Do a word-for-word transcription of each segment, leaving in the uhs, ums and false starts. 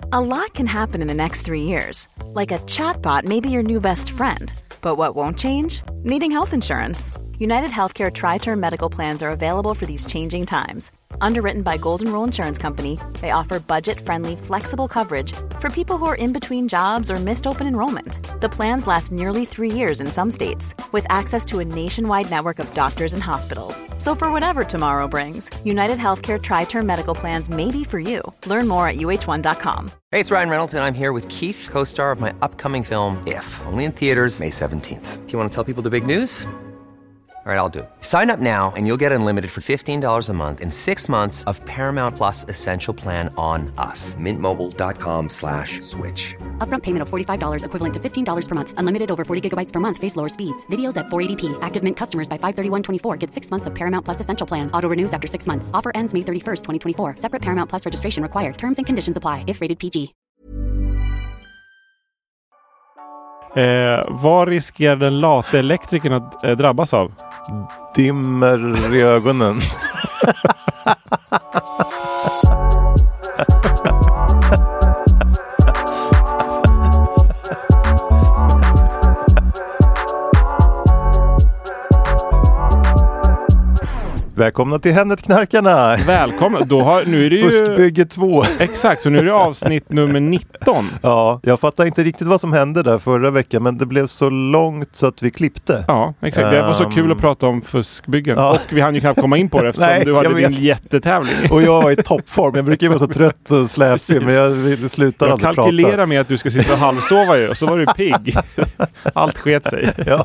A lot can happen in the next three years. Like a chatbot may be your new best friend. But what won't change? Needing health insurance. United Healthcare Tri-Term Medical Plans are available for these changing times. Underwritten by Golden Rule Insurance Company, they offer budget-friendly, flexible coverage for people who are in between jobs or missed open enrollment. The plans last nearly three years in some states, with access to a nationwide network of doctors and hospitals. So for whatever tomorrow brings, United Healthcare Tri-Term Medical Plans may be for you. Learn more at U H one dot com. Hey, it's Ryan Reynolds, and I'm here with Keith, co-star of my upcoming film, If, only in theaters May seventeenth. Do you want to tell people the big news? All right, I'll do it. Sign up now and you'll get unlimited for fifteen dollars a month and six months of Paramount Plus Essential Plan on us. Mint Mobile dot com slash switch. Upfront payment of forty-five dollars equivalent to fifteen dollars per month. Unlimited over forty gigabytes per month. Face lower speeds. Videos at four eighty p. Active Mint customers by five thirty-one twenty-four get six months of Paramount Plus Essential Plan. Auto renews after six months. Offer ends May thirty-first, twenty twenty-four. Separate Paramount Plus registration required. Terms and conditions apply if rated P G. Eh, vad riskerar den late elektrikern att eh, drabbas av? Dimmer i ögonen. Välkomna till Hemnet-knarkarna. Välkomna. Då har, nu är det ju... Fuskbygge två. Exakt, så nu är det avsnitt nummer nitton. Ja, jag fattar inte riktigt vad som hände där förra veckan, men det blev så långt så att vi klippte. Ja, exakt. Det var så kul att prata om fuskbyggen. Ja. Och vi hann ju knappt komma in på det eftersom Nej, du hade din jättetävling. Och jag var i toppform. Jag brukar ju vara så trött och släpig, men jag det slutar aldrig prata. Jag kalkylerar med att du ska sitta och halvsova ju, och så var du pigg. Allt sket sig. Ja.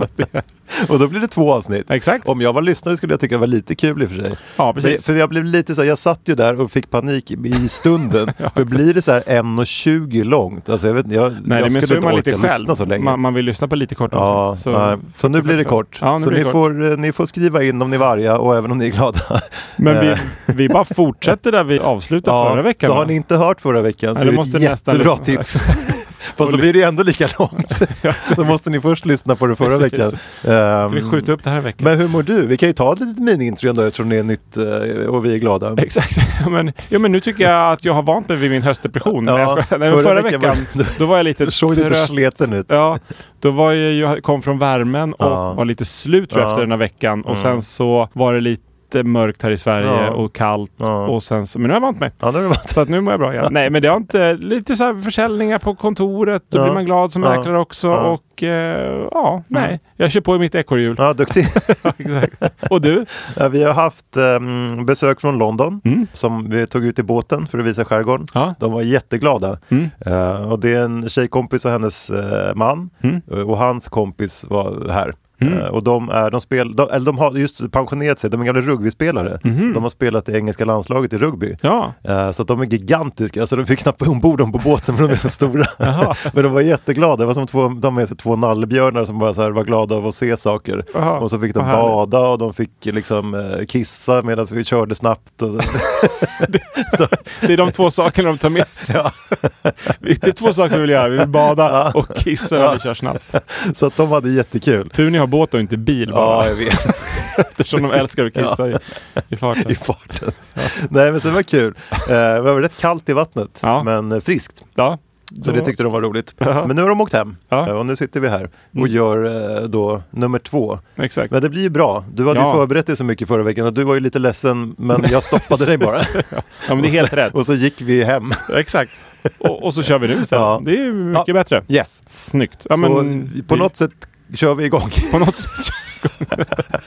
Och då blir det två avsnitt. Exakt. Om jag var lyssnare skulle jag tycka det var lite kul i och för sig. Ja, precis. För jag blev lite så här, jag satt ju där och fick panik i stunden. Ja, för blir det så här en och tjugo långt? Alltså jag vet jag, nej, jag men skulle inte orka lite lyssna så länge. Man, man vill lyssna på lite kort ja, avsnitt. Så, så nu blir det kort. Ja, så ni, kort. Får, ni får skriva in om ni är arga och även om ni är glada. Men vi, vi bara fortsätter där vi avslutade ja, förra veckan. Så va? Har ni inte hört förra veckan så är det ett jättebra tips. Fast så blir det ändå lika långt. Så måste ni först lyssna på det förra veckan. Um, vi skjuta upp det här veckan. Men hur mår du? Vi kan ju ta ett litet mini-intro ändå eftersom det är nytt och vi är glada. Exakt. Men, ja, men nu tycker jag att jag har vant mig vid min höstdepression. Ja, Nej, jag ska, nej, förra, förra veckan, veckan var, då var jag lite såg lite sleten ut. Ja, då var jag, jag kom från värmen och ja. var lite slut ja. efter den här veckan. Och mm. sen så var det lite mörkt här i Sverige ja. och kallt ja. och sen så, men nu har jag vant mig. Ja, nu är det vant. Så att nu mår jag bra igen. Nej, men det har inte lite så här försäljningar på kontoret, då ja. blir man glad som mäklare ja. också ja. och eh, ja, nej. Mm. Jag kör på i mitt ekorrhjul. Ja, duktig. Exakt. Och du? Ja, vi har haft um, besök från London mm. som vi tog ut i båten för att visa skärgården. Ja. De var jätteglada. Mm. Uh, och det är en tjejkompis och hennes uh, man mm. och hans kompis var här. Mm. Uh, och de är de spel de, eller de har just pensionerat sig, de är gamla rugbyspelare. Mm. De har spelat i engelska landslaget i rugby. Ja. Uh, så att de är gigantiska. Alltså de fick knappt ombord dem på båten för de är så stora. Men de var jätteglada. Det var som två de med sig två nallebjörnar som bara så här var glada av att se saker. Aha. Och så fick de bada och de fick liksom uh, kissa medan vi körde snabbt och så. det, det är de två sakerna de tar med sig. Ja. Det är två saker vi vill göra. Vi vill bada ja. och kissa när ja. vi kör snabbt. Så att de hade jättekul. Tur ni har båt och inte bil bara. Ja, jag vet. Eftersom de älskar att kissa ja. i, i farten. I farten. Ja. Nej, men så det var kul. Eh, det var rätt kallt i vattnet, ja. men friskt. Ja. Så det tyckte de var roligt. Uh-huh. Men nu har de åkt hem. Uh-huh. Och nu sitter vi här och mm. gör eh, då nummer två. Exakt. Men det blir ju bra. Du hade ja. ju förberett dig så mycket förra veckan och du var ju lite ledsen, men jag stoppade dig bara. Ja, men det är helt så, rätt. Och så gick vi hem. Exakt. Och, och så kör vi nu istället. Ja. Det är ju mycket ja. bättre. Yes. Snyggt. Ja, så men, på vi... något sätt kör vi igång. På något sätt kör vi igång.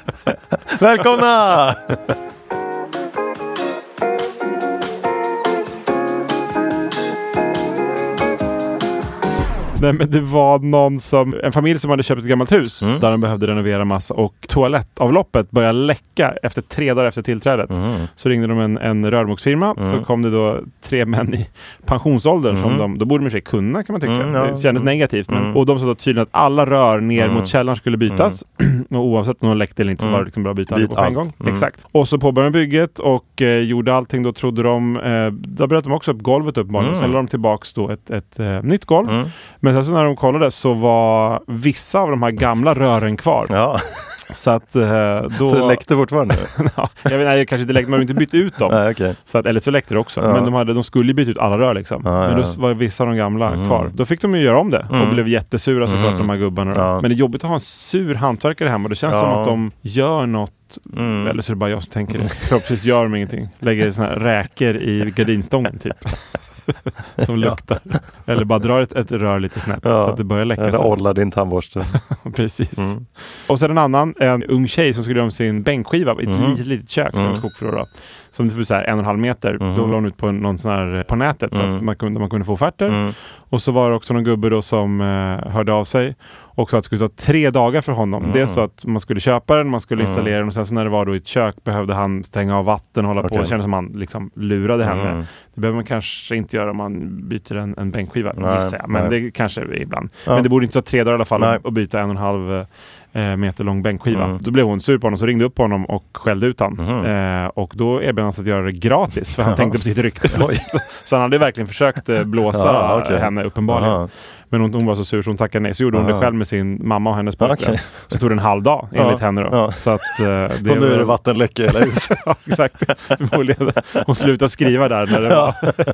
Välkomna! Nej, men det var någon som, en familj som hade köpt ett gammalt hus mm. där de behövde renovera massa och toalettavloppet började läcka efter tre dagar efter tillträdet. Mm. Så ringde de en, en rörmoksfirma mm. så kom det då tre män i pensionsåldern mm. som de, då borde de sig kunna kan man tycka. Mm, ja. Det kändes negativt. Men, mm. och de sa då tydligen att alla rör ner mm. mot källaren skulle bytas. Mm. och oavsett om de läckte eller inte så Mm. var det liksom bra att byta Byt på en allt. gång. Mm. Exakt. Och så påbörjade de bygget och eh, gjorde allting. Då trodde de, eh, då bröt de också upp golvet upp mm. Sen la de tillbaks då ett, ett eh, nytt golv. Mm. Men sen så när de kollade så var vissa av de här gamla rören kvar. Ja. Så att eh, då... Så det läckte fortfarande? ja, jag vet inte, kanske inte läckte, man hade inte bytt ut dem. Nej, okay. Så att, eller så läckte det också. Ja. Men de, hade, de skulle byta ut alla rör liksom. Ja, men ja. då var vissa av de gamla mm. kvar. Då fick de ju göra om det. Och mm. blev jättesura såklart mm. de här gubbarna. Ja. Men det är jobbigt att ha en sur hantverkare hemma. Det känns ja. som att de gör något. Mm. Eller så är det bara jag som tänker det. Förhoppningsvis gör de ingenting. Lägger såna här räkor i gardinstången typ. Som luktar. Ja. Eller bara drar ett, ett rör lite snett ja. så att det börjar läcka. Eller olla din tandborste. Precis. Mm. Och sen en annan, en ung tjej som skulle göra om sin bänkskiva i ett mm. litet, litet kök. Mm. Kokfråga. Som det var så här en och en halv meter. Mm. Då var hon ut på någon sån här på nätet mm. att man kunde, man kunde få offerter. Mm. Och så var det också någon gubbe då som eh, hörde av sig. Och så att det skulle ta tre dagar för honom. Mm. Det är så att man skulle köpa den, man skulle installera mm. den och sen så när det var då i ett kök behövde han stänga av vatten och hålla okay. på. Det kändes som han liksom lurade henne. Mm. Det behöver man kanske inte göra om man byter en, en bänkskiva, gissar jag. Men nej. det kanske är ibland. Ja. Men det borde inte ta tre dagar i alla fall nej. att byta en och en halv eh, meter lång bänkskiva. Mm. Då blev hon sur på honom, så ringde upp honom och skällde ut honom. Mm. Eh, och då erbjöd han sig att göra det gratis, för han ja. tänkte på sitt rykte. så, så han hade verkligen försökt eh, blåsa ja, okay. henne uppenbarligen. Aha. Men hon, hon var så sur så hon tackade nej. Så gjorde hon Aha. det själv med sin mamma och hennes pojkvän. Okay. Så tog det en halv dag enligt ja. henne då. Ja. Så att, uh, det och nu är det vattenläcka i hela huset. ja, exakt. Förmodligen. Hon slutade skriva där när det var.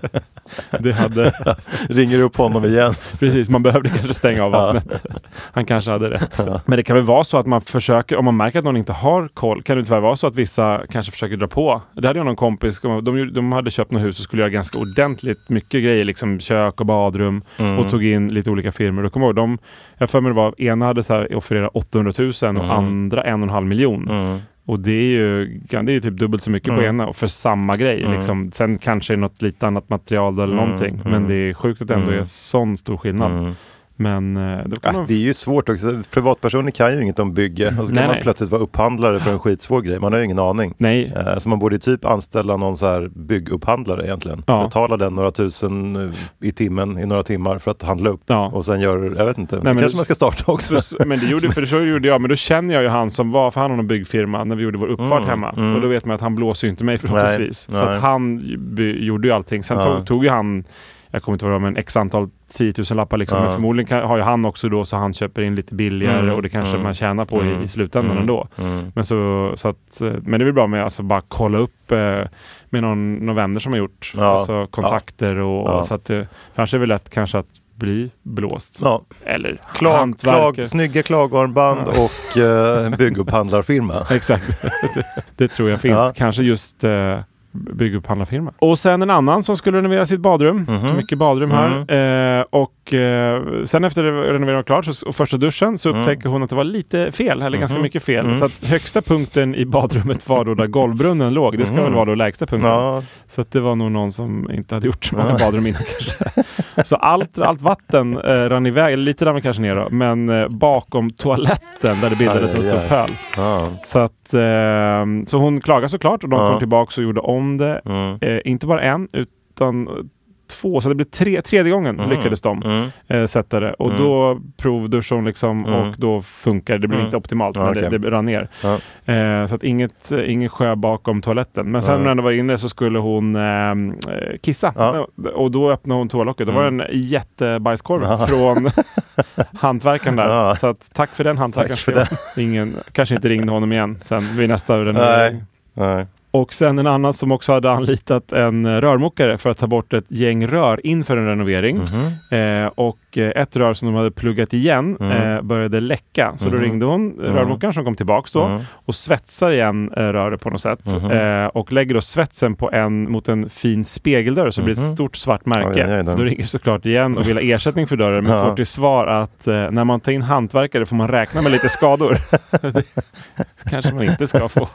det hade... Ringer upp honom igen. Precis, man behövde kanske stänga av vattnet. Ja. Han kanske hade rätt. Ja. Men det kan väl vara så att man försöker, om man märker att någon inte har koll, kan det inte vara så att vissa kanske försöker dra på. Det hade jag någon kompis, de, de hade köpt något hus och skulle göra ganska ordentligt mycket grejer, liksom kök och badrum mm. och tog in lite olika firmor. Då kommer jag ihåg, de, jag för mig det var, ena hade så här offererat åttahundratusen och mm. andra en och en halv miljon. Mm. Och det är ju det är ju typ dubbelt så mycket mm. på ena och för samma grej. Mm. Liksom. Sen kanske är något lite annat material eller mm. någonting. Mm. Men det är sjukt att det ändå mm. är sån stor skillnad. Mm. Men då kan ja, man... det är ju svårt också. Privatpersoner kan ju inget om bygge. Och så kan nej, man nej. plötsligt vara upphandlare för en skitsvår grej. Man har ju ingen aning. Nej. Uh, så man borde typ anställa någon så här byggupphandlare egentligen. Ja. Betala den några tusen i timmen i några timmar för att handla upp. Ja. Och sen gör, jag vet inte. Nej, kanske det, man ska starta också. Så, men det gjorde, för det så gjorde jag. Men då känner jag ju han som var, för han har en byggfirma när vi gjorde vår uppfart mm, hemma. Mm. Och då vet man att han blåser ju inte mig förhoppningsvis. Nej, så nej. att han by, gjorde ju allting. Sen ja. tog, tog ju han, jag kommer inte ihåg, men x antal tiotusen lappar liksom. Ja. Men förmodligen kan, har ju han också då så han köper in lite billigare mm. och det kanske mm. man tjänar på mm. i, i slutändan mm. ändå. Mm. Men, så, så att, men det är väl bra med att alltså, bara kolla upp eh, med någon, någon vänner som har gjort ja. alltså, kontakter och, ja. och så att det kanske är väl lätt kanske att bli blåst. Ja. Eller klag, klag, snygga klagarmband ja. och eh, byggupphandlarfirma. Exakt. det, det tror jag finns. Ja. Kanske just eh, byggupphandlarfirma. Och sen en annan som skulle renovera sitt badrum. Mm-hmm. Mycket badrum här. Mm-hmm. Eh, och eh, sen efter renoveringen var klart så, och första duschen så upptäcker mm. hon att det var lite fel, eller mm-hmm. ganska mycket fel. Mm. Så att högsta punkten i badrummet var då där golvbrunnen låg. Det ska mm. väl vara då lägsta punkten. Ja. Så att det var nog någon som inte hade gjort så många badrum innan kanske. Så allt, allt vatten eh, rann iväg, eller lite rann kanske ner då, men eh, bakom toaletten där det bildades en stor pöl. Ja. Så att eh, så hon klagade såklart och de ja. kom tillbaka och gjorde om det. Mm. Eh, inte bara en, utan två, så det blev tre, tredje gången mm. lyckades de mm. eh, sätta det. Och mm. då provduschade hon liksom mm. och då funkar det. Det blev mm. inte optimalt, men okay. det, det rann ner. Ja. Eh, så att inget, ingen sjö bakom toaletten. Men sen mm. när hon var inne så skulle hon eh, kissa. Ja. Och då öppnade hon toalocket. Då var det en jättebajskorv ja. från hantverkaren där. Ja. Så att tack för den hantverkaren. För det. Ingen, kanske inte ringde honom igen sen vid nästa renovering. Nej. Nej. Och sen en annan som också hade anlitat en rörmokare för att ta bort ett gäng rör inför en renovering. Mm-hmm. Eh, och ett rör som de hade pluggat igen mm. eh, började läcka. Så mm. då ringde hon mm. rörmokaren som kom tillbaks då mm. och svetsar igen eh, röret på något sätt. Mm. Eh, och lägger då svetsen på en, mot en fin spegeldörr så mm. blir det ett stort svart märke. Oj, oj, oj. Då ringer såklart igen och vill ha ersättning för dörren men ja. får till svar att eh, när man tar in hantverkare får man räkna med lite skador. Det kanske man inte ska få.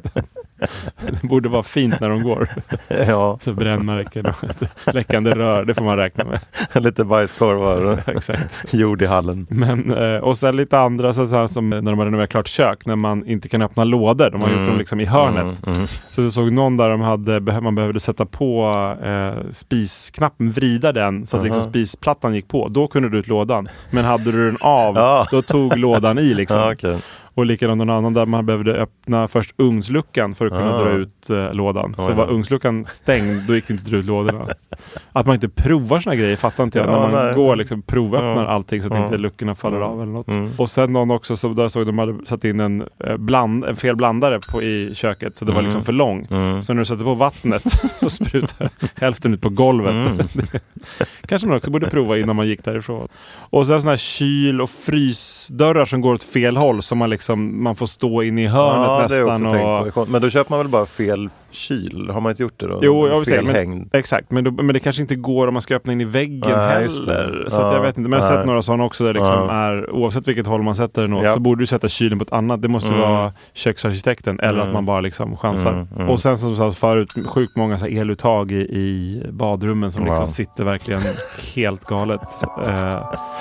Det borde vara fint när de går. Ja. Så brännmärken och läckande rör, det får man räkna med. Lite bajskorvar. Exakt. Jord i hallen. Men, och sen lite andra så, så som när de har renoverat klart kök, när man inte kan öppna lådor. De har mm. gjort dem liksom i hörnet. Mm. Mm. Så jag såg någon där de hade, man behövde sätta på eh, spisknappen, vrida den så att uh-huh. liksom spisplattan gick på. Då kunde du ut lådan. Men hade du den av, ja. då tog lådan i liksom. Ja, okay. Och likadant någon annan där man behövde öppna först ugnsluckan för att kunna Ah. dra ut eh, lådan. Oj Så då. var ugnsluckan stängd, då gick det inte att dra ut lådorna. Att man inte provar såna grejer, fattar inte jag. Ja, när man nej. går liksom provöppnar Ja. allting så att Ja. inte luckorna faller av eller något. Mm. Och sen någon också, så där såg de hade satt in en, eh, bland, en fel blandare på, i köket. Så det var Mm. liksom för lång. Mm. Så när du sätter på vattnet så sprutar hälften ut på golvet. Mm. Kanske man också borde prova innan man gick därifrån. Och sen såna här kyl- och frysdörrar som går åt fel håll. Som man liksom, man får stå in i hörnet Ja, det har jag nästan. också Och... tänkt på. Men då köper man väl bara fel kyl? Har man inte gjort det då? Jo, jag vill fel säga, men, hängd. exakt. Men, då, men det kanske inte går om man ska öppna in i väggen Nej, just det. heller. Så att Ja, jag vet inte. Men jag har sett nej. några sådana också där liksom Ja. är, oavsett vilket håll man sätter den åt, Ja. så borde du sätta kylen på ett annat. Det måste Mm. vara köksarkitekten eller Mm. att man bara liksom chansar. Mm, mm. Och sen som sa förut, sjukt många så här eluttag i, i badrummen som Wow. liksom sitter verkligen helt galet. Eh,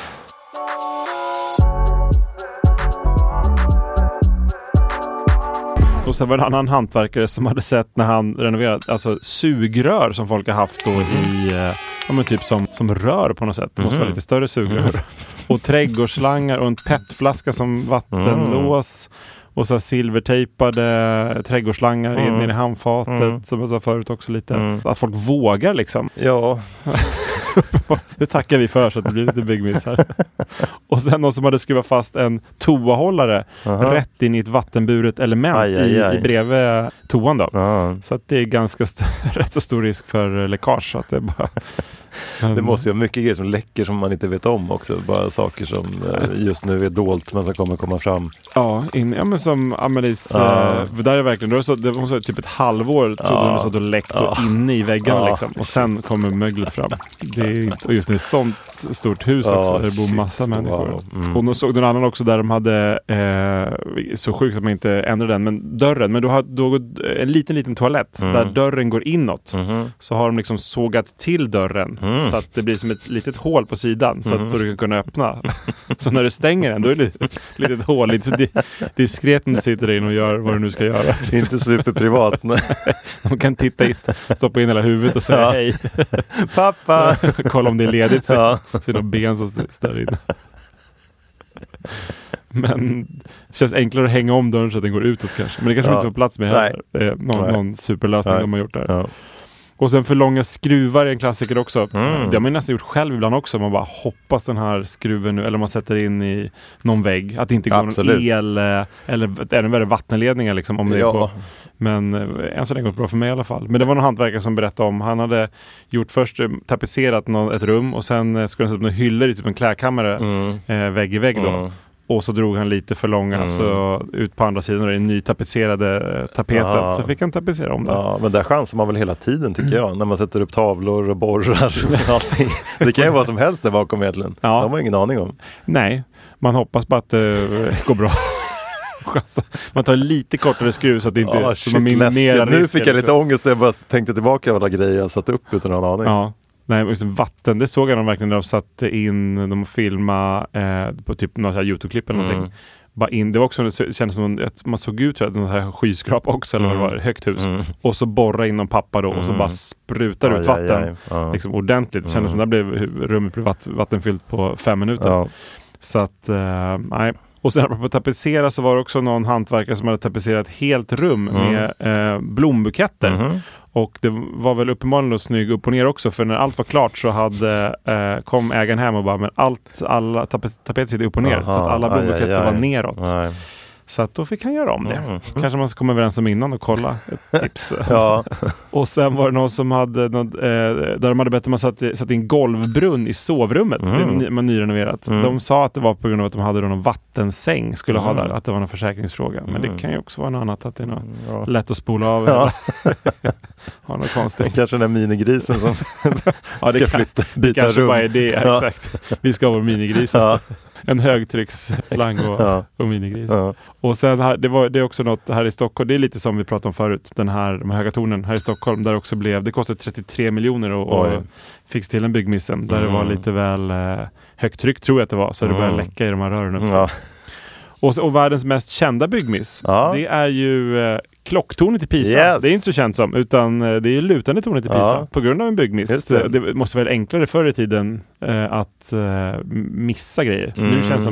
Och sen var det en annan hantverkare som hade sett när han renoverat, alltså sugrör som folk har haft då i, eh, ja men typ som, som rör på något sätt. Det måste vara lite större sugrör. Och trädgårdsslangar och en petflaska som vattenlås. Och så här silvertejpade trädgårdsslangar Mm. in i det handfatet, Mm. som jag sa förut också lite. Mm. Att folk vågar liksom. Ja. Det tackar vi för så att det blir lite byggmissar. Och sen någon som hade skruvat fast en toahållare Aha. rätt in i ett vattenburet element Aj, aj, aj. I, i bredvid toan då. Ja. Så att det är ganska st- rätt så stor risk för läckage. Så att det, är bara... Det måste ju vara mycket grejer som läcker som man inte vet om också. Bara saker som eh, just nu är dolt men som kommer komma fram. Ja, in, ja men som Amelies, Ja. eh, för där är verkligen, då är det, så, det var så, typ ett halvår trodde Ja. hon så att det läckt Ja. och inne i väggarna Ja. liksom. Och sen kommer möglet fram. Det är inte, och just det är ett sånt stort hus Ja, också, där det bor shit. massa människor. Wow. Mm. Och då såg du en annan också där de hade, eh, så sjukt att man inte ändrade den, men dörren, men då har då en liten liten toalett Mm. där dörren går inåt. Mhm. Så har de liksom sågat till dörren Mm. så att det blir som ett litet hål på sidan så att så du kan kunna öppna. Så när du stänger den, då är det ett litet hål. Inte så di- diskret när du sitter där inne och gör vad du nu ska göra. Inte superprivat. Nej. De kan titta in, stoppa in hela huvudet och säga Ja. hej. Pappa! Kolla om det är ledigt. Så, Ja. så är det ben som står där inne. Men det känns enklare att hänga om dörren så att den går utåt kanske. Men det kanske Ja. inte får plats med här. Det är någon, Nej. någon superlösning Nej. de har gjort där. Ja. Och sen för långa skruvar är en klassiker också. Mm. Det har man nästan gjort själv ibland också. Man bara hoppas den här skruven nu, eller man sätter in i någon vägg. Att det inte går Absolut. någon el eh, eller ännu värre vattenledningar liksom, om det Ja. är på. Men eh, än så länge går det bra för mig i alla fall. Men det var någon hantverkare som berättade om, han hade gjort först eh, tapetserat någon, ett rum och sen eh, skulle han sätta upp några hyllor i typ en klädkammare Mm. eh, vägg i vägg då. Mm. Och så drog han lite för långa Mm. så ut på andra sidan och det är en ny tapetserade eh, tapeten. Ah. Så fick han tapetsera om det. Ja, men där chansar man väl hela tiden tycker jag. När man sätter upp tavlor och borrar och allting. Det kan ju vara som helst där bakom egentligen. Ja. Det har man ingen aning om. Nej, man hoppas bara att det går bra. Man tar en lite kortare skruv så att det inte Ja, så shit, man minimerar läskigt. Nu risken, fick jag lite liksom. ångest och jag bara tänkte tillbaka på alla grejer jag satt upp utan att ha en aning. Ja. Nej, men liksom vatten, det såg jag de verkligen när de satte in, de filmade eh, på typ något så här YouTube-klipp eller någonting. Mm. Bara in, det var också, det kändes som att man såg ut att någon här skyskrapa också, eller vad det var, högt hus. Mm. Och så borra in någon pappa då och så Mm. bara sprutar Aj, ut aj, vatten. aj. Ja. Liksom ordentligt. Det kändes som att blev, rummet blev vatt, vattenfyllt på fem minuter. Ja. Så att, eh, nej. Och sen apropå tapetsera så var det också någon hantverkare som hade tapetserat helt rum Mm. med eh, blombuketter. Mhm. Och det var väl uppenbarligen då snygg upp och ner också, för när allt var klart så hade, eh, kom ägaren hem och bara, men allt, alla tapet, tapeter sitter upp och ner. Aha, så att alla aj, blombuketter aj, aj. var neråt. Nej. Så att då fick han göra om det. Mm. Kanske man ska komma överens om innan och kolla ett tips. Ja. Och sen var det någon som hade, någon, eh, där de hade bett att man satt, satt in golvbrunn i sovrummet. Mm. Det man nyrenoverat. Mm. De sa att det var på grund av att de hade någon vattensäng skulle ha Mm. där. Att det var någon försäkringsfråga. Men Mm. det kan ju också vara något annat. Att det är något Ja. lätt att spola av. Ja. Eller ha något konstigt. Kanske den där minigrisen som Ja, det ska kan, flytta, byta kanske rum. bara är det. Ja. Exakt. Vi ska ha vår minigris. Ja. En högtrycksslang och, Ja. och minigris. Ja. Och sen här, det var det är också något här i Stockholm. Det är lite som vi pratade om förut. Den här, de här höga tornen här i Stockholm. Där också blev, det kostade trettiotre miljoner och, Oj. och fixa till en byggmissen. Där Mm. det var lite väl eh, högt tryck tror jag att det var. Så det började Mm. läcka i de här rören upp. Ja. Och, så- och världens mest kända byggmiss. Ja. Det är ju eh, klocktornet i Pisa. Yes. Det är inte så känt som. Utan eh, det är ju lutande tornet i Pisa. Ja. På grund av en byggmiss. Just Det. det. det måste vara enklare förr i tiden eh, att eh, missa grejer. Mm. Nu känns det som att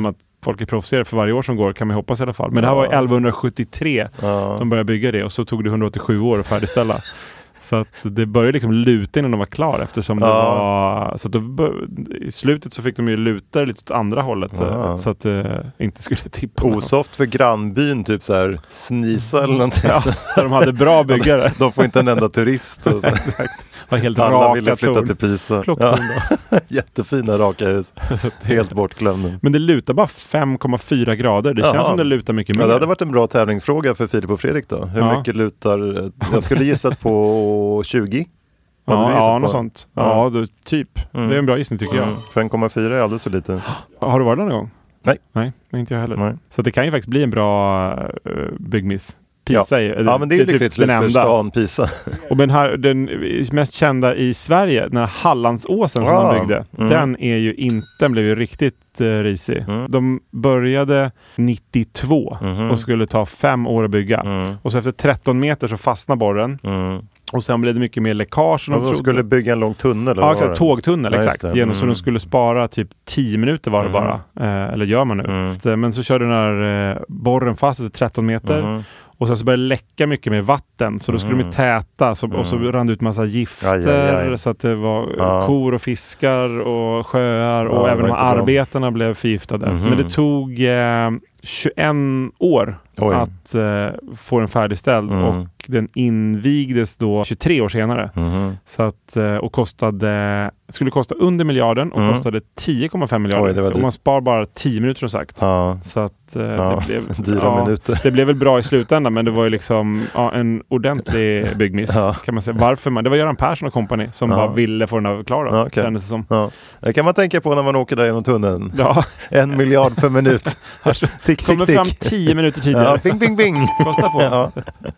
folk är proffsigare för varje år som går, kan man hoppas i alla fall. Men det här var elvahundrasjuttiotre Ja. de började bygga det, och så tog det hundraåttiosju år att färdigställa. Så att det började liksom luta innan de var klar, eftersom det Ja. var så att då, i slutet så fick de ju luta lite åt andra hållet, Ja. så att det inte skulle tippa. Osoft för grannbyn, typ så här Snisa eller någonting. Ja, de hade bra byggare. De får inte en enda turist. Och så. Var helt Alla raka ville flytta torn. till Pisa. Klocktorn Ja. Jättefina raka hus. Helt bortglömda. Men det lutar bara fem komma fyra grader. Det Jaha. känns som det lutar mycket mer. Ja, det hade varit en bra tävlingsfråga för Filip och Fredrik då. Hur Ja. mycket lutar... Jag skulle gissat på tjugo. Vad hade Ja, du gissat ja på? något sånt. Ja. Ja, då, typ. Mm. Det är en bra gissning tycker jag. Mm. fem komma fyra är alldeles för lite. Har du varit där någon gång? Nej. Nej, inte jag heller. Nej. Så det kan ju faktiskt bli en bra uh, byggmiss. Pisa Ja. är, Ja, men det är ju lyckligt slut den för enda. stan Pisa. Och den här, den mest kända i Sverige, den här Hallandsåsen som Ja. man byggde, Mm. den är ju inte, den blev ju riktigt uh, risig. Mm. De började nittiotvå Mhm. och skulle ta fem år att bygga. Mm. Och så efter tretton meter så fastnade borren. Mm. Och sen blev det mycket mer läckage. än de Och de trodde. skulle bygga en lång tunnel. eller Ja, vad exakt. var det? Tågtunnel, Ja, just exakt. det. Genom, Så Mm. de skulle spara typ tio minuter var det Mm. bara. Eh, eller gör man nu. Mm. Så, men så körde den här eh, borren fast efter tretton meter. Mhm. Och sen så började det läcka mycket med vatten. Så då skulle Mm. de täta. Så, Och så Mm. rann det ut massa gifter. Aj, aj, aj. Så att det var Ja. kor och fiskar och sjöar. Ja, och det även var de inte bra. arbetarna blev förgiftade. Mhm. Men det tog eh, tjugoett år Oj. att eh, få den färdigställd. Mm. Och den invigdes då tjugotre år senare. Mhm. Så att, eh, och kostade, skulle kosta under miljarden och Mm. kostade tio komma fem miljarder. Oj, det var och dyrt. man spar bara tio minuter som sagt. Ja. Så att eh, Ja. det blev Dyra ja, minuter. det blev väl bra i slutändan, men det var ju liksom ja, en ordentlig byggmiss Ja. kan man säga. Varför man? Det var Göran Persson och kompani som Ja. bara ville få den här klar då, Ja, okej. kändes det som. Ja. Det kan man tänka på när man åker där genom tunneln. Ja, En miljard per minut. Tick, tick, kommer fram tick. tio minuter tidigare. Ja, bing, bing, bing. Kosta på. Ja.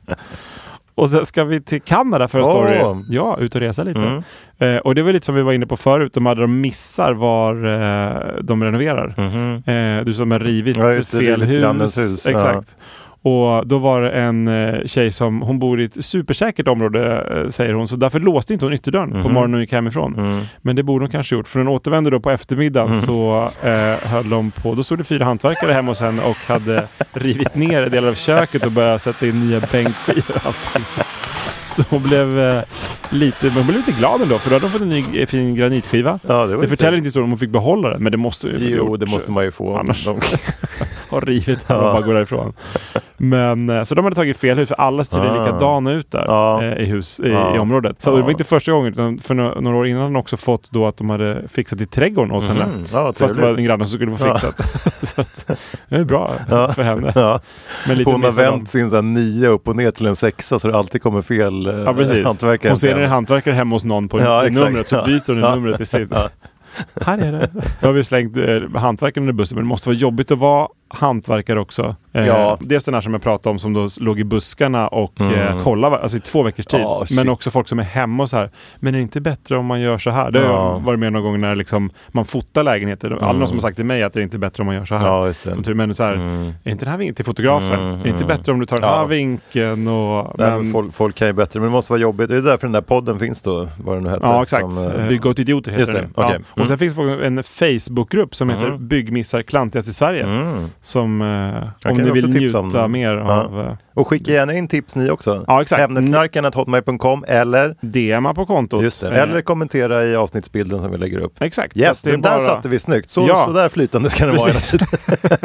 Och sen ska vi till Kanada för en Åh. story. Ja, ut och resa lite. Mm. Eh, och det var lite som vi var inne på förut. De hade de missar var eh, de renoverar. Mhm. Eh, du som har rivit Ja, just det, fel rivit hus. grannens hus. Exakt. Och då var det en eh, tjej som, hon bor i ett supersäkert område eh, säger hon, så därför låste inte hon ytterdörren på Mhm. morgonen och gick hemifrån. Mm. Men det borde hon kanske gjort, för hon återvände då på eftermiddagen så eh, höll de på, då stod det fyra hantverkare hemma hos henne och hade rivit ner delar av köket och börjat sätta in nya bänkskivor och allting. Så hon blev eh, lite, hon blev lite glad ändå, för då hade hon fått en ny eh, fin granitskiva. Ja, det var Det ju förtäller fint. inte historien om hon fick behålla den, men det måste ju Jo, det måste man ju få. Annars. De... ha rivit och Ja. bara gå därifrån. Men eh, så de hade tagit fel hus, för alla ser Ah. likadana ut där Ja. eh, i hus i, Ja. i området. Så Ja. det var inte första gången, utan för några, några år innan hade de också fått då att de hade fixat i trädgården åt henne. Mhm. Ja, Fast det var trevligt. en granne som skulle få Ja. fixat. Så att, det är bra Ja. för henne. Ja. Men lite Hon har missar de. vänt sin så här, nio upp och ner till en sexa, så det alltid kommer fel eh, Ja, precis. hantverkare. Hon ser när det är hantverkare hemma hos någon på Ja, i exakt. numret, så Ja. byter hon Ja. numret till sitt. Ja. Här är det. Då har vi slängt eh, hantverkaren under bussen, men det måste vara jobbigt att vara hantverkare också. Eh, Ja. Dels den här som jag pratade om som då låg i buskarna och Mm. eh, kollade alltså i två veckors tid. Ja, shit. Men också folk som är hemma och så här. Men är det inte bättre om man gör så här? Det har Ja. jag varit med någon gång när liksom, man fotar lägenheter. Alla Mm. någon som har sagt till mig att det är inte bättre om man gör så här. Ja, just det. Som tur, men så här, Mm. är inte den här vinkeln till fotografen? Mm, Är det inte mm. bättre om du tar den Ja. här vinkeln? Och, Nej, men, men folk, folk kan ju bättre, men det måste vara jobbigt. Det är därför den där podden finns då, vad den nu heter. Ja, exakt. Som, eh, Bygg åt idioter heter Just det, det. okej. Ja. Mm. Och sen finns det en Facebookgrupp som heter Mm. Byggmissar klantigast i Sverige. mm. Som eh, kan om ni jag vill också tipsa njuta om. mer Ja. av eh, Och skicka gärna in tips ni också. Ja, exakt. Ämnesknarkarna hotmail punkt com eller, D M på kontot. just det, Eh, eller kommentera i avsnittsbilden som vi lägger upp. Exakt. Yes, så att det är den där bara... satte vi snyggt. Så, Ja. så där flytande ska det vara hela Precis. tiden.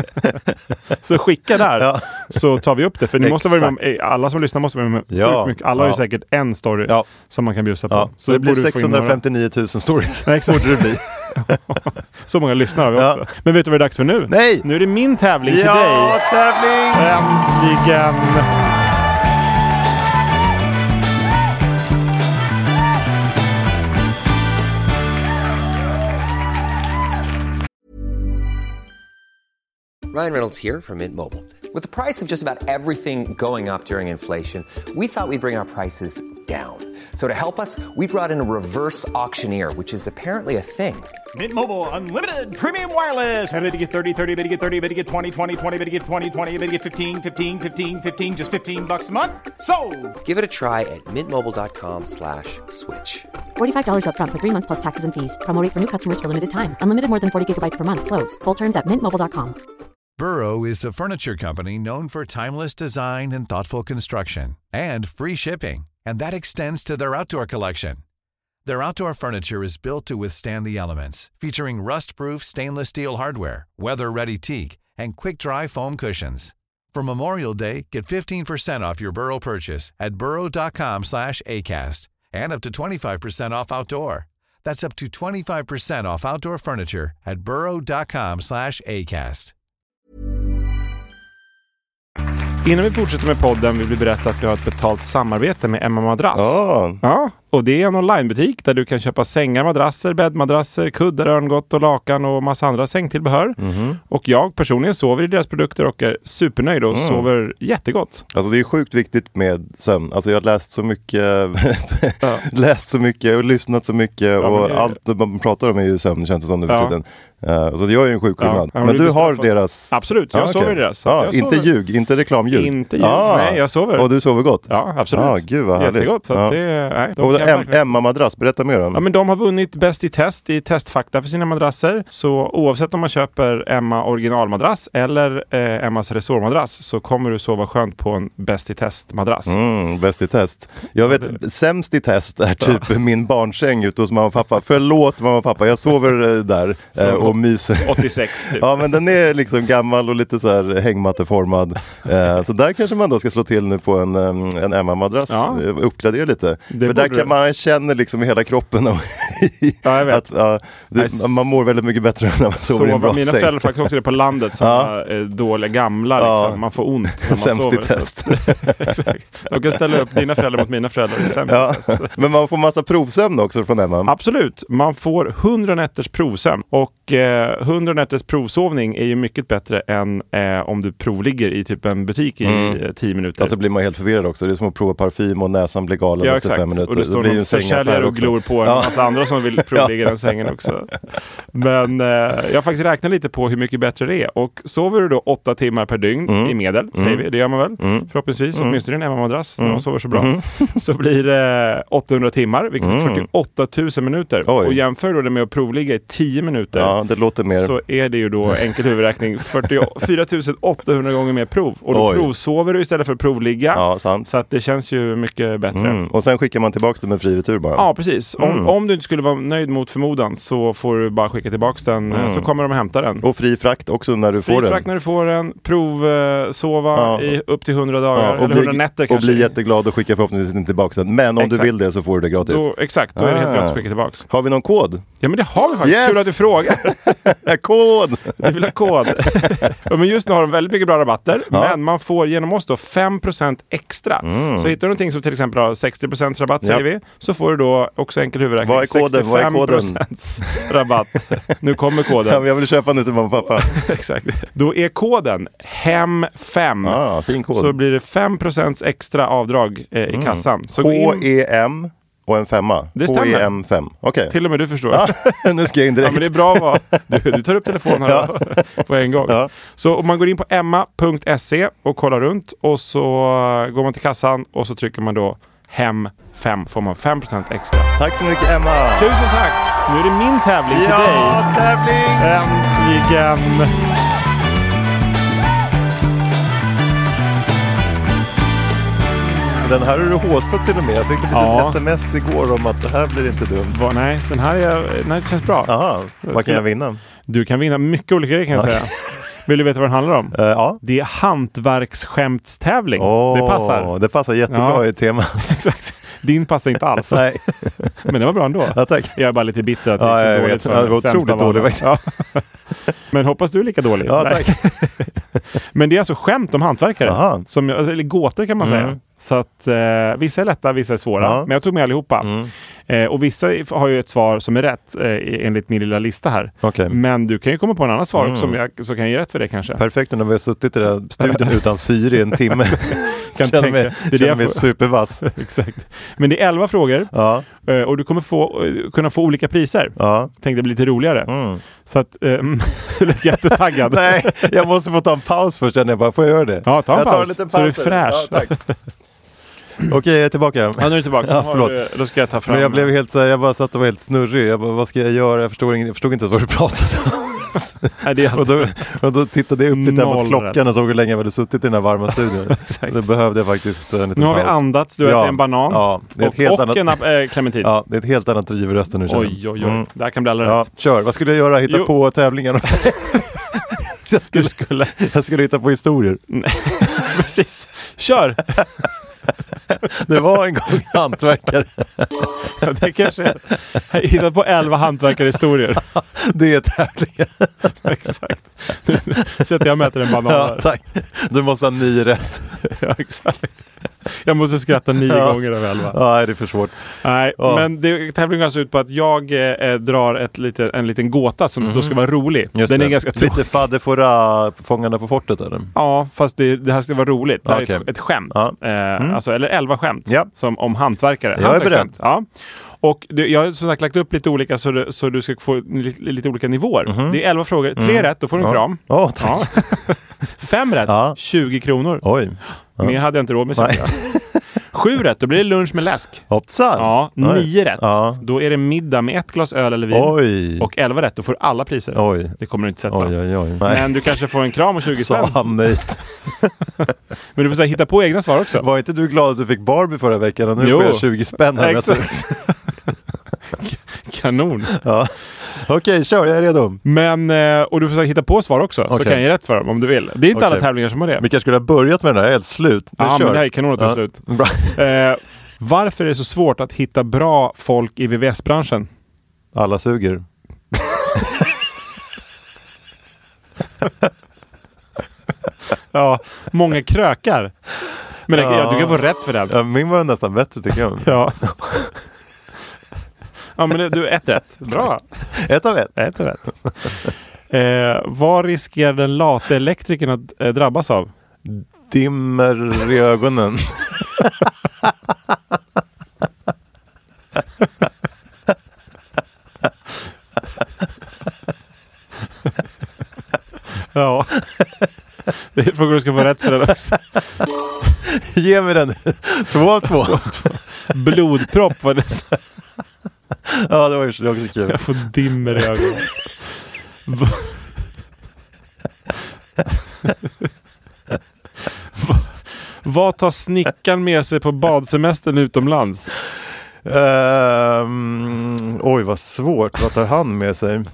Så skicka där Ja. så tar vi upp det. För ni måste vara med, Exakt. eh, alla som lyssnar måste vara med. Ja. Sjukt mycket. Alla har ju Ja. säkert en story Ja. som man kan bjussa på. Ja. Så det blir borde vi få in några. sexhundrafemtionio tusen stories. Nej, exakt. Borde det bli. Så många lyssnar har vi Ja. också. Men vet du vad det är dags för nu? Nej! Nu är det min tävling till Ja, dig. tävling! Äntligen! Ryan Reynolds here from Mint Mobile. With the price of just about everything going up during inflation, we thought we'd bring our prices down. So to help us, we brought in a reverse auctioneer, which is apparently a thing. Mint Mobile Unlimited Premium Wireless. How to get thirty, thirty, bit to get thirty, bit to get twenty, twenty, twenty, bit to get twenty, twenty, bit to get fifteen, fifteen, fifteen, fifteen, just fifteen bucks a month? Sold! Give it a try at mintmobile.com slash switch. forty-five dollars up front for three months plus taxes and fees. Promo rate for new customers for limited time. Unlimited more than forty gigabytes per month slows. Full terms at mint mobile dot com. Burrow is a furniture company known for timeless design and thoughtful construction, and free shipping, and that extends to their outdoor collection. Their outdoor furniture is built to withstand the elements, featuring rust-proof stainless steel hardware, weather-ready teak, and quick-dry foam cushions. For Memorial Day, get fifteen percent off your Burrow purchase at burrow.com slash ACAST and up to twenty-five percent off outdoor. That's up to twenty-five percent off outdoor furniture at burrow.com slash ACAST. Innan vi fortsätter med podden vill vi berätta att vi har ett betalt samarbete med Emma Madrass. Oh. Ja, och det är en onlinebutik där du kan köpa sängar, madrasser, bäddmadrasser, kuddar, örngott och lakan och massa andra sängtillbehör. Mm. Och jag personligen sover i deras produkter och är supernöjd och mm. sover jättegott. Alltså det är sjukt viktigt med sömn. Alltså jag har läst så mycket ja. läst så mycket och lyssnat så mycket ja, och det... allt man pratar om är ju sömn, känns det som nu för ja. tiden. Uh, så det gör ju en sjuk skillnad. Ja, men, men du har för... deras... Absolut, jag ah, sover okay. i deras. Ah, jag inte sover... ljug, inte reklamljug. Inte ljug, ah. nej jag sover. Och du sover gott? Ja, absolut. Ah, gud vad härligt. Jättegott. Så ah. det, nej, och em- Emma Madrass, berätta mer om. Ja, men de har vunnit bäst i test i testfakta för sina madrasser. Så oavsett om man köper Emma originalmadrass eller eh, Emmas resormadrass så kommer du sova skönt på en bäst i test madrass. Mm, bäst i test. Jag vet, ja, det... sämst i test är typ ja. min barnsäng ute hos mamma och pappa. Förlåt mamma och pappa, jag sover eh, där eh, och myser. åttiosex typ. Ja, men den är liksom gammal och lite så här hängmatteformad. Eh, så där kanske man då ska slå till nu på en, en Emma-madrass. Ja. Uppgradera lite. Det För där kan man känna liksom i hela kroppen. Och ja, jag vet. Att, ja, det, man mår väldigt mycket bättre när man sover i en bra mina säng. föräldrar faktiskt också det på landet som ja. är dåliga gamla. Liksom. Ja. Man får ont när man sämst sover. I test. Exakt. De kan ställa upp dina föräldrar mot mina föräldrar i sämst ja. i test. Men man får massa provsömn också från Emma. Absolut. Man får hundra nätters provsömn. Och eh, hundra nätters provsovning är ju mycket bättre än eh, om du provligger i typ en butik i mm. tio minuter. Alltså blir man helt förvirrad också. Det är som att prova parfym och näsan blir galen ja, efter fem minuter. Och det står någon försäljare och glor på en ja. massa andra som vill provligga den sängen också. Men eh, jag har faktiskt räknat lite på hur mycket bättre det är. Och sover du då åtta timmar per dygn mm. i medel, säger mm. vi, det gör man väl mm. förhoppningsvis, mm. åtminstone en Emma-madrass mm. när man sover så bra. Mm. Så blir det eh, åttahundra timmar, vilket är mm. fyrtioåtta tusen minuter. Oj. Och jämför då det med att provligga i tio minuter. Ja, det låter mer. Så är det ju då enkel huvudräkning fyrtiofyra tusen åttahundra gånger mer prov. Och då Oj. provsover du istället för att provligga. Ja, sant. Så att det känns ju mycket bättre. Mm. Och sen skickar man tillbaka den med fri retur bara. Ja, precis. Mm. Om, om du inte skulle vara nöjd mot förmodan så får du bara skicka tillbaka den mm. så kommer de och hämta den. Och fri frakt också när du fri får den. Fri frakt när du får den. Prov eh, sova ja. i upp till hundra dagar. Ja, eller bli, hundra nätter kanske. Och bli jätteglad och skicka förhoppningsvis inte tillbaka den. Men om exakt. du vill det så får du det gratis. Då, exakt, då ah. är det helt gratis att skicka tillbaka. Har vi någon kod? Ja, men det har vi faktiskt. Yes. Kul att du frågar. Kod! Du vill ha kod. Ja, men just nu har de väldigt mycket bra rabatter. Ja. Men man får genom oss då fem procent extra. Mm. Så hittar du någonting som till exempel har sextio procent rabatt säger ja. vi. Så får du då också enkel huvudräkning. Vad är koden? sextiofem procent rabatt. Nu kommer koden. Ja, jag vill köpa den till mamma och pappa. Exakt. Då är koden hem fem. Ah, fin kod. Så blir det fem procent extra avdrag eh, i kassan. Så H E M och en femma. Det stämmer. H E M fem. Okej. Till och med du förstår. Ja, nu ska jag in direkt. Ja, men det är bra va? Du, du tar upp telefonen ja. på en gång. Ja. Så om man går in på emma punkt se och kollar runt och så går man till kassan och så trycker man då hem fem får man fem procent extra. Tack så mycket Emma. Tusen tack. Nu är det min tävling till ja, dig. Ja, tävling. Äntligen. Den här är du håsat till och med. Jag fick ett ja. sms igår om att det här blir inte dumt. Va, nej, den här är, nej, det känns bra. Aha, vad kan jag vinna? Du kan vinna mycket olika grejer kan jag okay. säga. Vill du veta vad den handlar om? Uh, ja. Det är hantverksskämtstävling. Oh, det passar. Det passar jättebra ja. i temat. Exakt. Din passar inte alls. Nej. Men det var bra ändå. Ja, tack. Jag är bara lite bitter att det ja, är så jag dåligt. Vet. För det var otroligt dåligt. Ja. Men hoppas du är lika dålig. Ja, tack. Men det är alltså skämt om hantverkare. Som, eller gåtor kan man mm. säga. Så att eh, vissa är lätta, vissa är svåra. Ja. Men jag tog med allihopa. Mm. Eh, och vissa har ju ett svar som är rätt eh, enligt min lilla lista här. Okay. Men du kan ju komma på en annan svar mm. som jag, så kan jag ge rätt för det kanske. Perfekt när vi har suttit i den här studion utan syre i en timme. kan känner tänka. mig, det känner mig får... supervass. Exakt. Men det är elva frågor. Ja. Eh, och du kommer få, kunna få olika priser. Ja. Tänkte det blir lite roligare. Mm. Så att, eh, du är jättetaggad. Nej, jag måste få ta en paus först. Jag bara, får jag göra det? Ja, ta en jag paus. Tar en liten paus. Så du är fräsch. Ja, tack. Okej, jag är tillbaka. Ja, nu är du tillbaka. Ja, förlåt. Du, då ska jag ta fram. Men jag blev helt, jag bara satt och var helt snurrig. Jag bara, vad ska jag göra? Jag förstod, jag förstod inte vad du pratade om. Nej, det är och, då, och då tittade jag upp lite på klockan och såg hur länge jag hade suttit i den här varma studion. Exakt. Så behövde jag faktiskt en liten Nu har paus. vi andats, du har ja. ätit en banan ja, det är ett och, helt och annat, en äh, clementin. Ja, det är ett helt annat driv i rösten nu. Oj, oj, oj. Mm. Det här kan bli alldeles ja, rätt. Kör, vad skulle jag göra? Hitta jo. på tävlingar? jag, skulle, skulle... jag skulle hitta på historier. Precis, kör! Det var en gång hantverkare. Ja, det kanske är. Jag hittat på elva hantverkarhistorier. Det är tävlingen. Exakt. Nu sätter jag mäter en banan. Ja, tack. Du måste ha nio rätt. Ja, exakt. Jag måste skratta nio ja. gånger av elva. Ja, det är för svårt. Nej, ja. men det, tävlingen går ut på att jag eh, drar ett lite, en liten gåta som mm. då ska vara rolig. Just Den det. är ganska tråkig. Lite Fadefora Fångarna på fortet eller? Ja, fast det, det här ska vara roligt. Det här okay. är ett, ett skämt. Ja. Eh, mm. alltså, eller elva skämt. Ja. Som om hantverkare. Jag är beredd. Ja. Och det, jag har som sagt lagt upp lite olika så du, så du ska få lite, lite olika nivåer. Mm-hmm. Det är elva frågor. Tre mm. rätt, då får du en ja. kram. Oh, tack. Ja. Fem rätt, ja. tjugo kronor. Oj. Ja. Mer hade jag inte råd med. Sju rätt, då blir det lunch med läsk. Hoppsan. Ja, nio rätt. Ja. Då är det middag med ett glas öl eller vin. Oj. Och elva rätt, då får du alla priser. Oj. Det kommer du inte sätta. Oj, oj, oj. Men du kanske får en kram och tjugo spänn. Så hamnigt. Men du får så här, hitta på egna svar också. Var inte du glad att du fick Barbie förra veckan och nu jo. får jag tjugo spänn här? Exakt. Kanon. Ja. Okej, okay, kör, jag är redo. Men, och du får så här, hitta på svar också. Okay. Så kan jag ge rätt för dem om du vill. Det är inte okay. alla tävlingar som har det. Vi kanske skulle ha börjat med den här, helt slut. Men ja, kör. men det här är kanon att det är slut. Bra. Eh, varför är det så svårt att hitta bra folk i V V S-branschen? Alla suger. Ja, många krökar. Men ja. Ja, du kan få rätt för den. Ja, min var nästan bättre tycker jag. Ja. Ja, men du, ett rätt. Bra. Ett av ett. Ett av ett. Eh, vad riskerar den late elektrikern att eh, drabbas av? Dimmer i ögonen. Ja. Det är frågan du ska få rätt för den också. Ge mig den. Två av två. Blodpropp var det så. Ja, det var ju också kul. Jag får dimmer i ögonen. Va? Va? Vad tar snickaren med sig på badsemestern utomlands? Um, oj, vad svårt. Vad tar han med sig?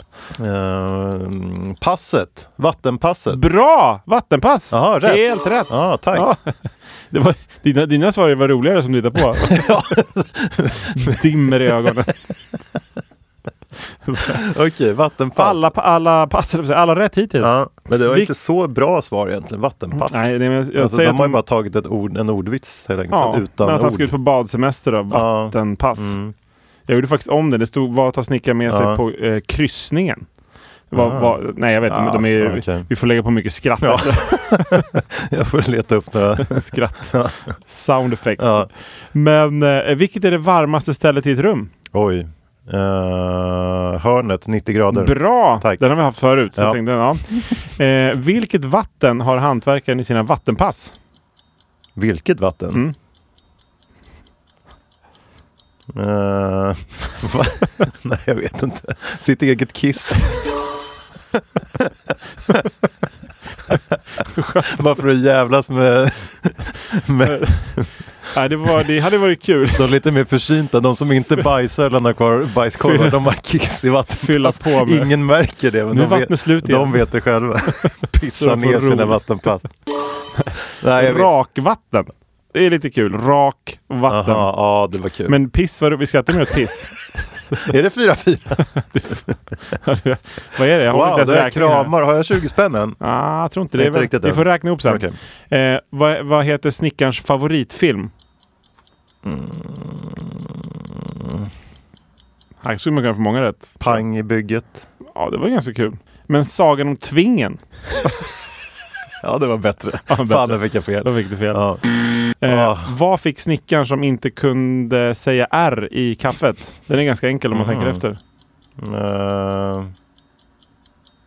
Um, passet. Vattenpasset. Bra! Vattenpass! Aha, rätt. Helt rätt. Ah, tack. Ja. Det var, dina, dina svar var roligare som du hittade på. Dimmer i ögonen. Okej, okay, vattenpass. Alla, alla pass, alla rätt hittills. Ja, men det var Vi... inte så bra svar egentligen, vattenpass. Nej, det, jag, jag alltså, säger de har ju de... bara tagit ett ord, en ordvits helt enkelt, ja, utan men att han ord. ska ut på badsemester då, vattenpass. Ja. Mm. Jag gjorde faktiskt om det. Det stod vad tar snickaren med ja. sig på eh, kryssningen. Var, var, nej jag vet inte, ja, de är, okay. Vi får lägga på mycket skratt. Ja. Jag får leta upp några skratt. Ja. Sound effect. Ja. Men eh, vilket är det varmaste stället i ett rum? Oj. Uh, hörnet, nittio grader. Bra! Tack. Den har vi haft förut. Så ja. jag tänkte, ja. eh, vilket vatten har hantverkaren i sina vattenpass? Vilket vatten? Mm. Uh, nej, jag vet inte. Sitt eget kiss. Bara för att jävlas med... med nej, det, var, det hade varit kul. De är lite mer försynta. De som inte bajsar eller lämnar kvar bajskorvar, de har kiss i vatten. Fylla på med. Ingen märker det. Men nu de, vet, slut de vet det själva. Pissar ner sina vattenpass. Nej, rakvatten. Det är lite kul. Rak vatten. Aha, ja, det var kul. Men piss, vad vi skrattar med ett piss. Är det fyra fyra? Vad är det? Jag wow, inte det är kramar. Har jag tjugo spänn än? Ah, jag tror inte det. det är väl, vi får räkna ihop sen. Okay. Eh, vad, vad heter snickarens favoritfilm? Mm. Här skulle man kunna få många rätt. Pang i bygget. Ja, det var ganska kul. Men Sagan om Tvingen. Ja, det var bättre. Ja, bättre. Fan, då fick jag fel. Då fick du fel. Ja. Eh, oh. Vad fick snickaren som inte kunde säga R i kaffet? Den är ganska enkel om man mm. tänker efter. Uh,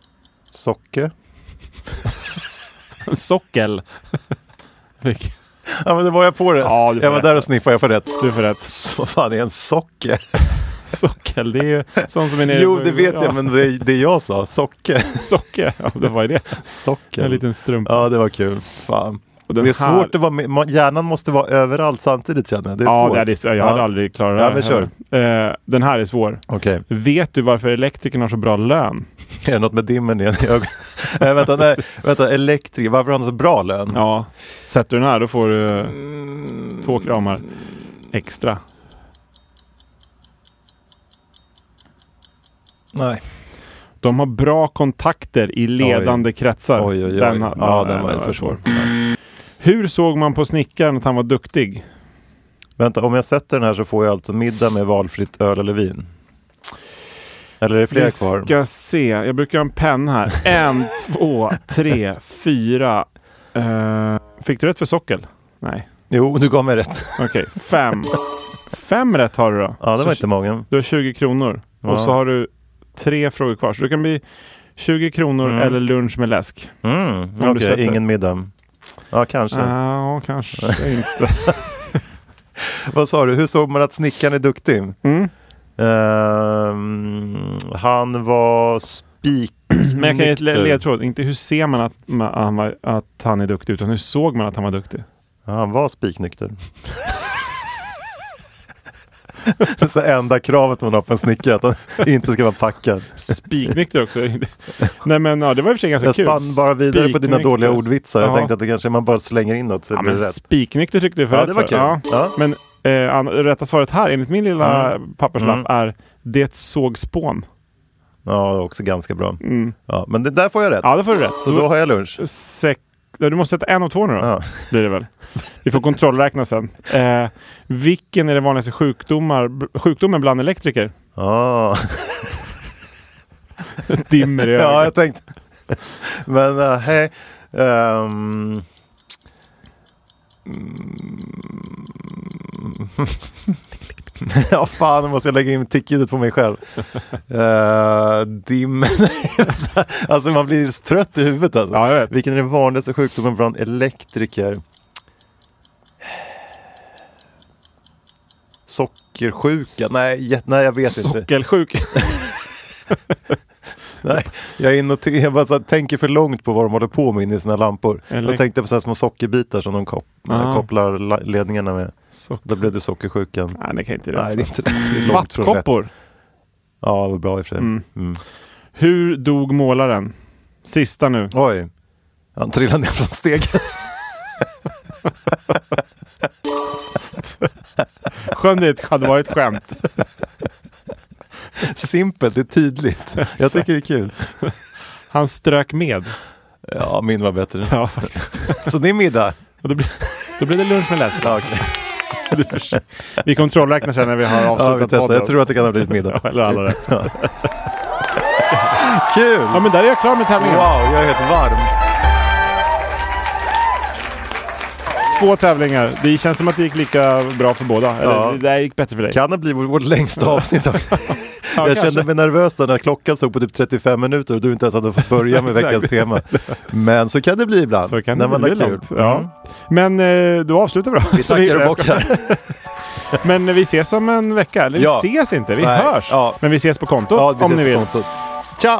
socke. Sockel. Ja, men det var jag på det. Ja, jag var rätt. där och sniffade, jag får rätt. Du får rätt. Så fan är en socke. Sockel, det är ju sånt som är nere. Jo, det vet ja. jag, men det, det jag sa, socke. Socke, ja, det var ju det. Sockel. En liten strumpa. Ja, det var kul. Fan. Och den det är här... svårt att vara med. Hjärnan måste vara överallt samtidigt, känner jag. Det är ja, svårt. det är det. Jag hade ja. aldrig klarat det. Ja, men kör. Eh, den här är svår. Okay. Vet du varför elektrikern har så bra lön? Är det något med dimmen igen? Jag... nej, vänta, nej, vänta, elektriker. Varför har han så bra lön? Ja, sätter du den här då får du mm. två kramar extra. Nej. De har bra kontakter i ledande oj. kretsar. Oj, oj, oj. Den, ja, ja, den var ju för svår. Hur såg man på snickaren att han var duktig? Vänta, om jag sätter den här så får jag alltså middag med valfritt öl eller vin. Eller är det fler Vi kvar? Vi ska se. Jag brukar ha en penna här. En, två, tre, fyra. Uh, fick du rätt för sockel? Nej. Jo, du gav mig rätt. Okej, okay. fem. Fem rätt har du då. Ja, det var så inte många. Du har tjugo kronor. Ja. Och så har du tre frågor kvar. Så det kan bli tjugo kronor mm. eller lunch med läsk. Mm. Okej, okay, ingen middag. Ja, kanske. Ja, kanske inte. Vad sa du? Hur såg man att snickaren är duktig? Mm. Uh, han var spiknykter. Men jag kan ge ett ledtråd. Inte hur ser man att, man att han är duktig, utan hur såg man att han var duktig? Ja, han var spiknykter. Så enda kravet man har på en snickare att han inte ska vara packad. Spiknykter också. Nej, men ja, det var i och för sig ganska jag kul. Jag spann bara vidare spiknykter. På dina dåliga ordvitsar. Jag ja. tänkte att det kanske man bara slänger in något så ja, blir men rätt. Spiknykter tyckte du för ja, rätt det var för. kul. Ja. Ja. Men eh, rätta svaret här, enligt min lilla mm. papperslapp, mm. är det såg spån. Ja, också ganska bra. Mm. Ja, men det där får jag rätt. Ja, det får du rätt. Så då, då har jag lunch. Sex... Du måste sätta en och två nu då. Ja. Blir det väl. Vi får kontrollräkna sen. Eh, vilken är den vanligaste sjukdomar, sjukdomen bland elektriker? Ja. Dimmer i ögat. Ja, jag tänkte. Men uh, hej. Um... Ja, fan, nu måste jag lägga in tickljudet på mig själv. Uh, dim. Alltså man blir trött i huvudet alltså. Ja, jag vet. Vilken är den vanligaste sjukdomen bland elektriker? Sockersjuka? Nej, jät- nej jag vet Sockersjuk. inte. Nej, jag, är inne jag bara så här, tänker för långt på vad de håller på med in i sina lampor. Eller... Jag tänkte på så här små sockerbitar som de kop- ah. kopplar ledningarna med. Socker. Då blev det sockersjukan. Nej, det kan inte det. Nej, det är inte rätt. Det är långt från vattkoppor. Rätt. Ja, det var bra i och för sig. Mm. Mm. Hur dog målaren? Sista nu. Oj, han trillade ner från stegen. Skön det hade varit skämt. Simpelt, det är tydligt. Jag tycker det är kul. Han strök med. Ja, min var bättre. Ja, faktiskt. Så det är middag. Och då, blir, då blir det lunch med läsk. Ja, okay. Vi kontrollräknar sen när vi har avslutat ja, vi testar. podden. Jag tror att det kan ha blivit middag. Ja, eller alla rätt. Ja. Kul! Ja, men där är jag klar med tävlingen. Wow, jag är helt varm. Två tävlingar. Det känns som att det gick lika bra för båda. Eller ja. Det gick bättre för dig. Kan det bli vårt längsta avsnitt? ja, jag kanske. kände mig nervös när klockan stod på typ trettiofem minuter och du inte ens hade fått börja med veckans tema. Men så kan det bli ibland. Så kan när det man bli har kul. Långt. Ja. Mm. Men då avslutar vi då. Vi tackar och bockar. Men vi ses om en vecka. Eller ja. vi ses inte, vi Nej. hörs. Ja. Men vi ses på kontot ja, vi om ses ni vill. På kontot. Ciao!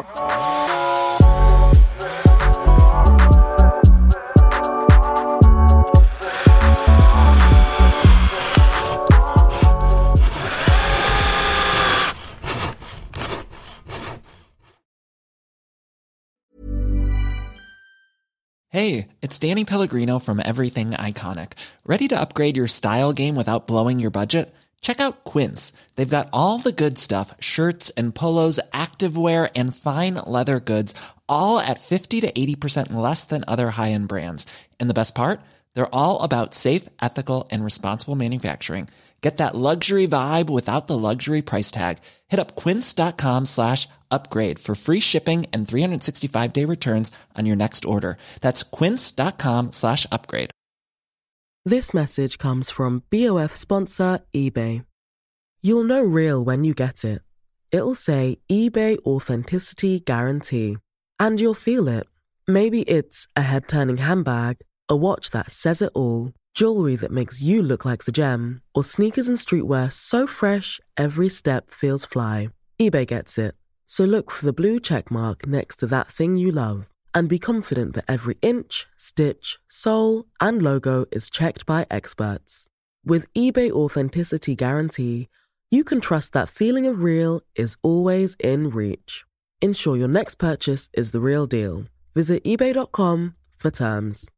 Hey, it's Danny Pellegrino from Everything Iconic. Ready to upgrade your style game without blowing your budget? Check out Quince. They've got all the good stuff, shirts and polos, activewear, and fine leather goods, all at fifty to eighty percent less than other high-end brands. And the best part? They're all about safe, ethical, and responsible manufacturing. Get that luxury vibe without the luxury price tag. Hit up quince.com slash upgrade for free shipping and three sixty-five day returns on your next order. That's quince.com slash upgrade. This message comes from B O F sponsor eBay. You'll know real when you get it. It'll say eBay Authenticity Guarantee. And you'll feel it. Maybe it's a head-turning handbag, a watch that says it all, Jewelry that makes you look like the gem, or sneakers and streetwear so fresh every step feels fly. eBay gets it. So look for the blue check mark next to that thing you love and be confident that every inch, stitch, sole, and logo is checked by experts. With eBay Authenticity Guarantee, you can trust that feeling of real is always in reach. Ensure your next purchase is the real deal. Visit ebay dot com for terms.